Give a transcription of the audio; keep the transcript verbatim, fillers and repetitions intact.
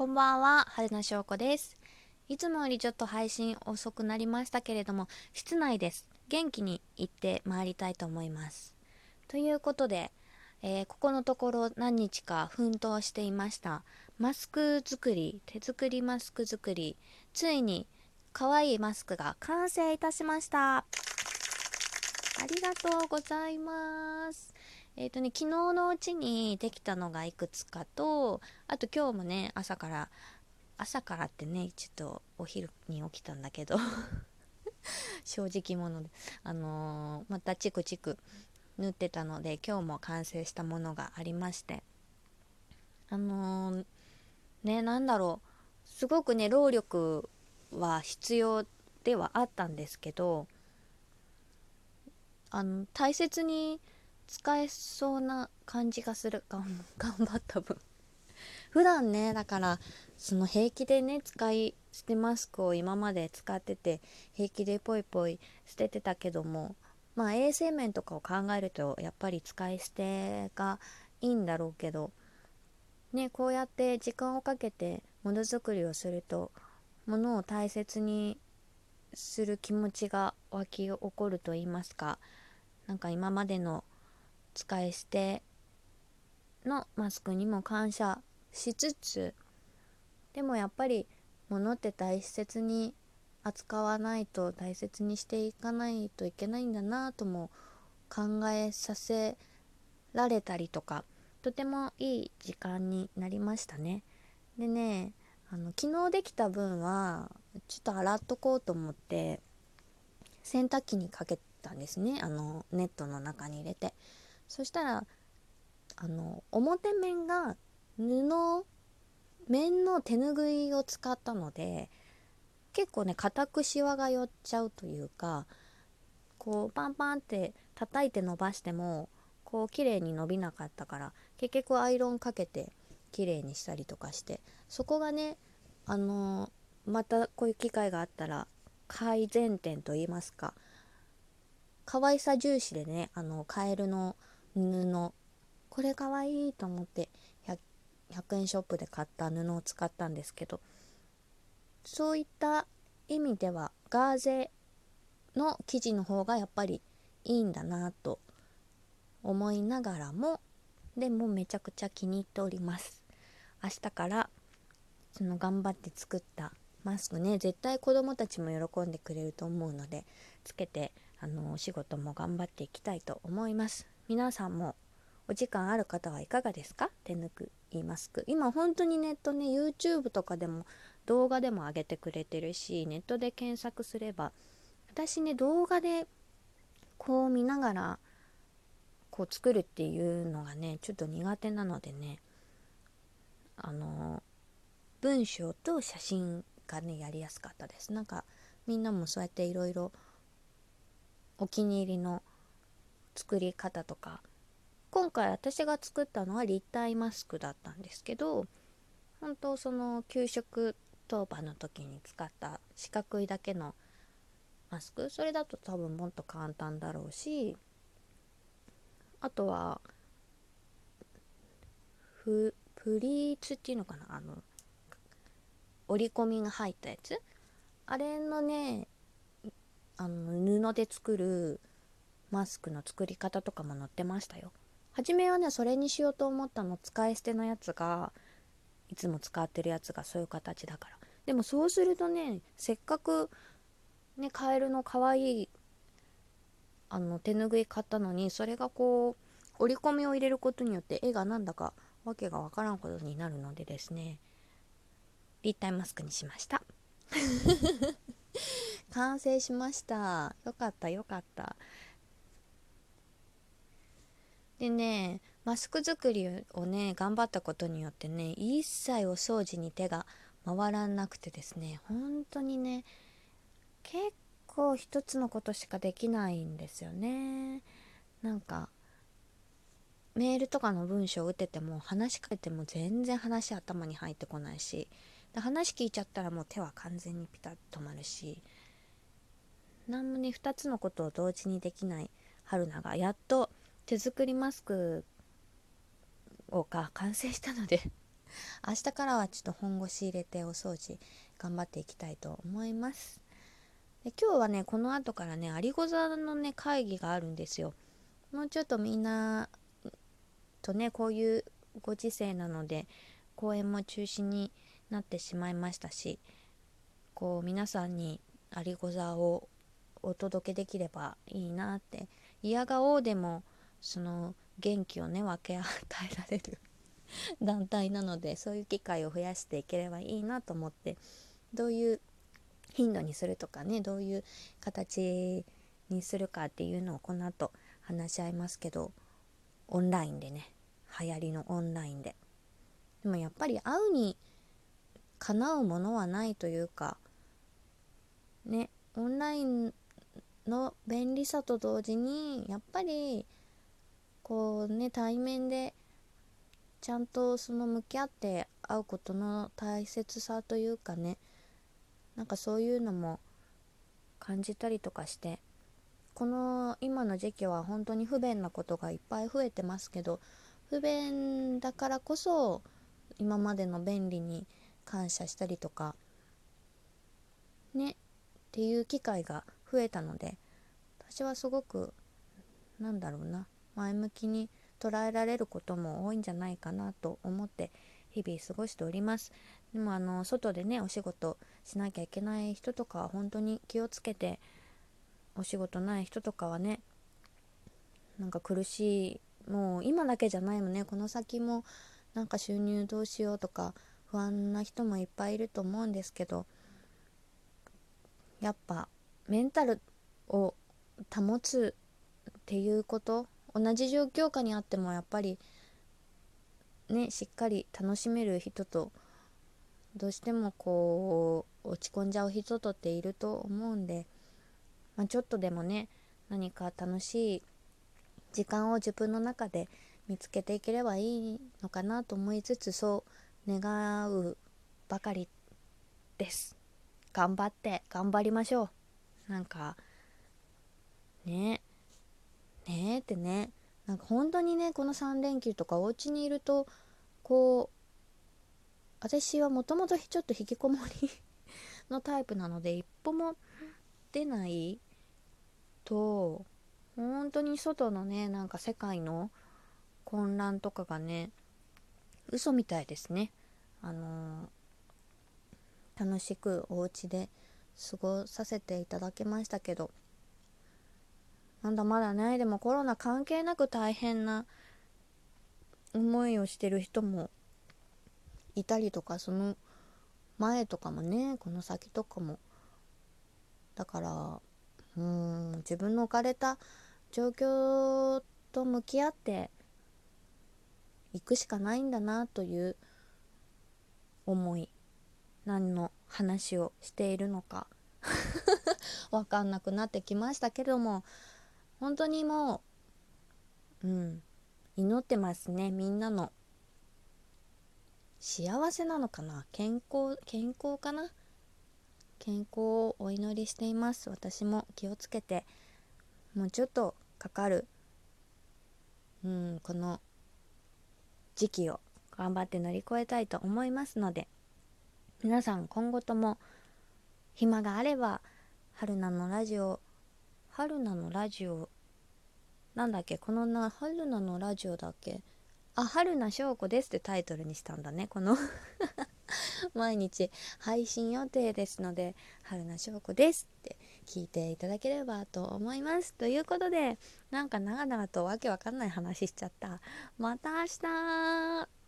こんばんは、春名翔子です。いつもよりちょっと配信遅くなりましたけれども、室内です。元気に行ってまいりたいと思います。ということで、えーここのところ何日か奮闘していました。マスク作り、手作りマスク作り、ついに可愛いマスクが完成いたしました。ありがとうございます。えっとね、昨日のうちにできたのがいくつかと、あと今日もね、朝から朝からってね、ちょっとお昼に起きたんだけど正直者で、あのーまたチクチク縫ってたので、今日も完成したものがありまして、あのーね、なんだろう、すごくね、労力は必要ではあったんですけど、あの大切に使えそうな感じがする。がん頑張った分普段ね、だからその平気でね、使い捨てマスクを今まで使ってて平気でポイポイ捨ててたけども、まあ衛生面とかを考えるとやっぱり使い捨てがいいんだろうけどね、こうやって時間をかけてものづくりをすると、ものを大切にする気持ちが湧き起こると言いますか、なんか今までの使い捨てのマスクにも感謝しつつ、でもやっぱり物って大切に扱わないと、大切にしていかないといけないんだなとも考えさせられたりとか、とてもいい時間になりましたね。でね、あの昨日できた分はちょっと洗っとこうと思って洗濯機にかけたんですね。あのネットの中に入れて、そしたらあの表面が布面の手ぬぐいを使ったので、結構ね硬くシワが寄っちゃうというか、こうパンパンって叩いて伸ばしてもこう綺麗に伸びなかったから、結局アイロンかけて綺麗にしたりとかして、そこがね、あのーまたこういう機会があったら改善点と言いますか、可愛さ重視でね、あのカエルの布、これ可愛いと思って ひゃく, ひゃくえんショップで買った布を使ったんですけど、そういった意味ではガーゼの生地の方がやっぱりいいんだなと思いながらも、でもめちゃくちゃ気に入っております。明日からその頑張って作ったマスクね、絶対子どもたちも喜んでくれると思うので、つけてあのお仕事も頑張っていきたいと思います。皆さんもお時間ある方はいかがですか？手ぬぐいマスク、今本当にネットね、 YouTube とかでも動画でも上げてくれてるし、ネットで検索すれば、私ね、動画でこう見ながらこう作るっていうのがね、ちょっと苦手なのでね、あの文章と写真がね、やりやすかったです。なんかみんなもそうやっていろいろお気に入りの作り方とか、今回私が作ったのは立体マスクだったんですけど、本当その給食当番の時に使った四角いだけのマスク、それだと多分もっと簡単だろうし、あとはフプリーツっていうのかな、あの折り込みが入ったやつ、あれのね、あの布で作るマスクの作り方とかも載ってましたよ。初めはね、それにしようと思ったの、使い捨てのやつが、いつも使ってるやつがそういう形だから。でもそうするとね、せっかくね、カエルの可愛いあの手ぬぐい買ったのに、それがこう折り込みを入れることによって絵がなんだかわけがわからんことになるのでですね、立体マスクにしました。完成しました。よかったよかった。でね、マスク作りをね、頑張ったことによってね、一切お掃除に手が回らなくてですね、本当にね、結構一つのことしかできないんですよね。なんか、メールとかの文章を打ってても、話しかけても全然話頭に入ってこないし、で話聞いちゃったらもう手は完全にピタッと止まるし、なんもね、ふたつのことを同時にできない春菜が、やっと手作りマスクをが完成したので明日からはちょっと本腰入れてお掃除頑張っていきたいと思います。で今日はねこの後からねアリゴ座のね会議があるんですよ。もうちょっとみんなとねこういうご時世なので公演も中止になってしまいましたし、こう皆さんにアリゴ座をお届けできればいいなって、嫌がおうでもその元気をね分け与えられる団体なので、そういう機会を増やしていければいいなと思って、どういう頻度にするとかね、どういう形にするかっていうのをこの後話し合いますけど、オンラインでね、流行りのオンラインで。でもやっぱり会うにかなうものはないというかね、オンラインの便利さと同時にやっぱりこうね対面でちゃんとその向き合って会うことの大切さというかね、なんかそういうのも感じたりとかして、この今の時期は本当に不便なことがいっぱい増えてますけど、不便だからこそ今までの便利に感謝したりとかねっていう機会が増えたので、私はすごくなんだろうな、前向きに捉えられることも多いんじゃないかなと思って日々過ごしております。でもあの外でねお仕事しなきゃいけない人とかは本当に気をつけて、お仕事ない人とかはね、なんか苦しい、もう今だけじゃないもんね、この先もなんか収入どうしようとか不安な人もいっぱいいると思うんですけど、やっぱメンタルを保つっていうこと、同じ状況下にあってもやっぱりねしっかり楽しめる人と、どうしてもこう落ち込んじゃう人とっていると思うんで、まあ、ちょっとでもね何か楽しい時間を自分の中で見つけていければいいのかなと思いつつ、そう願うばかりです。頑張って頑張りましょう。なんかねねえってね、なんか本当にねこのさん連休とかお家にいると、こう私はもともとちょっと引きこもりのタイプなので、一歩も出ないと本当に外のねなんか世界の混乱とかがね嘘みたいですね。あのー、楽しくお家で過ごさせていただきましたけど、まだまだね、でもコロナ関係なく大変な思いをしてる人もいたりとか、その前とかもね、この先とかも、だからうーん自分の置かれた状況と向き合っていくしかないんだなという思い、何の話をしているのかわかんなくなってきましたけども、本当にもう、うん、祈ってますね。みんなの幸せなのかな、健康健康かな、健康をお祈りしています。私も気をつけて、もうちょっとかかる、うん、この時期を頑張って乗り越えたいと思いますので、皆さん今後とも暇があれば春菜のラジオ春菜のラジオなんだっけ、このな春菜のラジオだっけ、あ、春菜翔子ですってタイトルにしたんだね、この毎日配信予定ですので、春菜翔子ですって聞いていただければと思います。ということで、なんか長々とわけわかんない話しちゃった。また明日。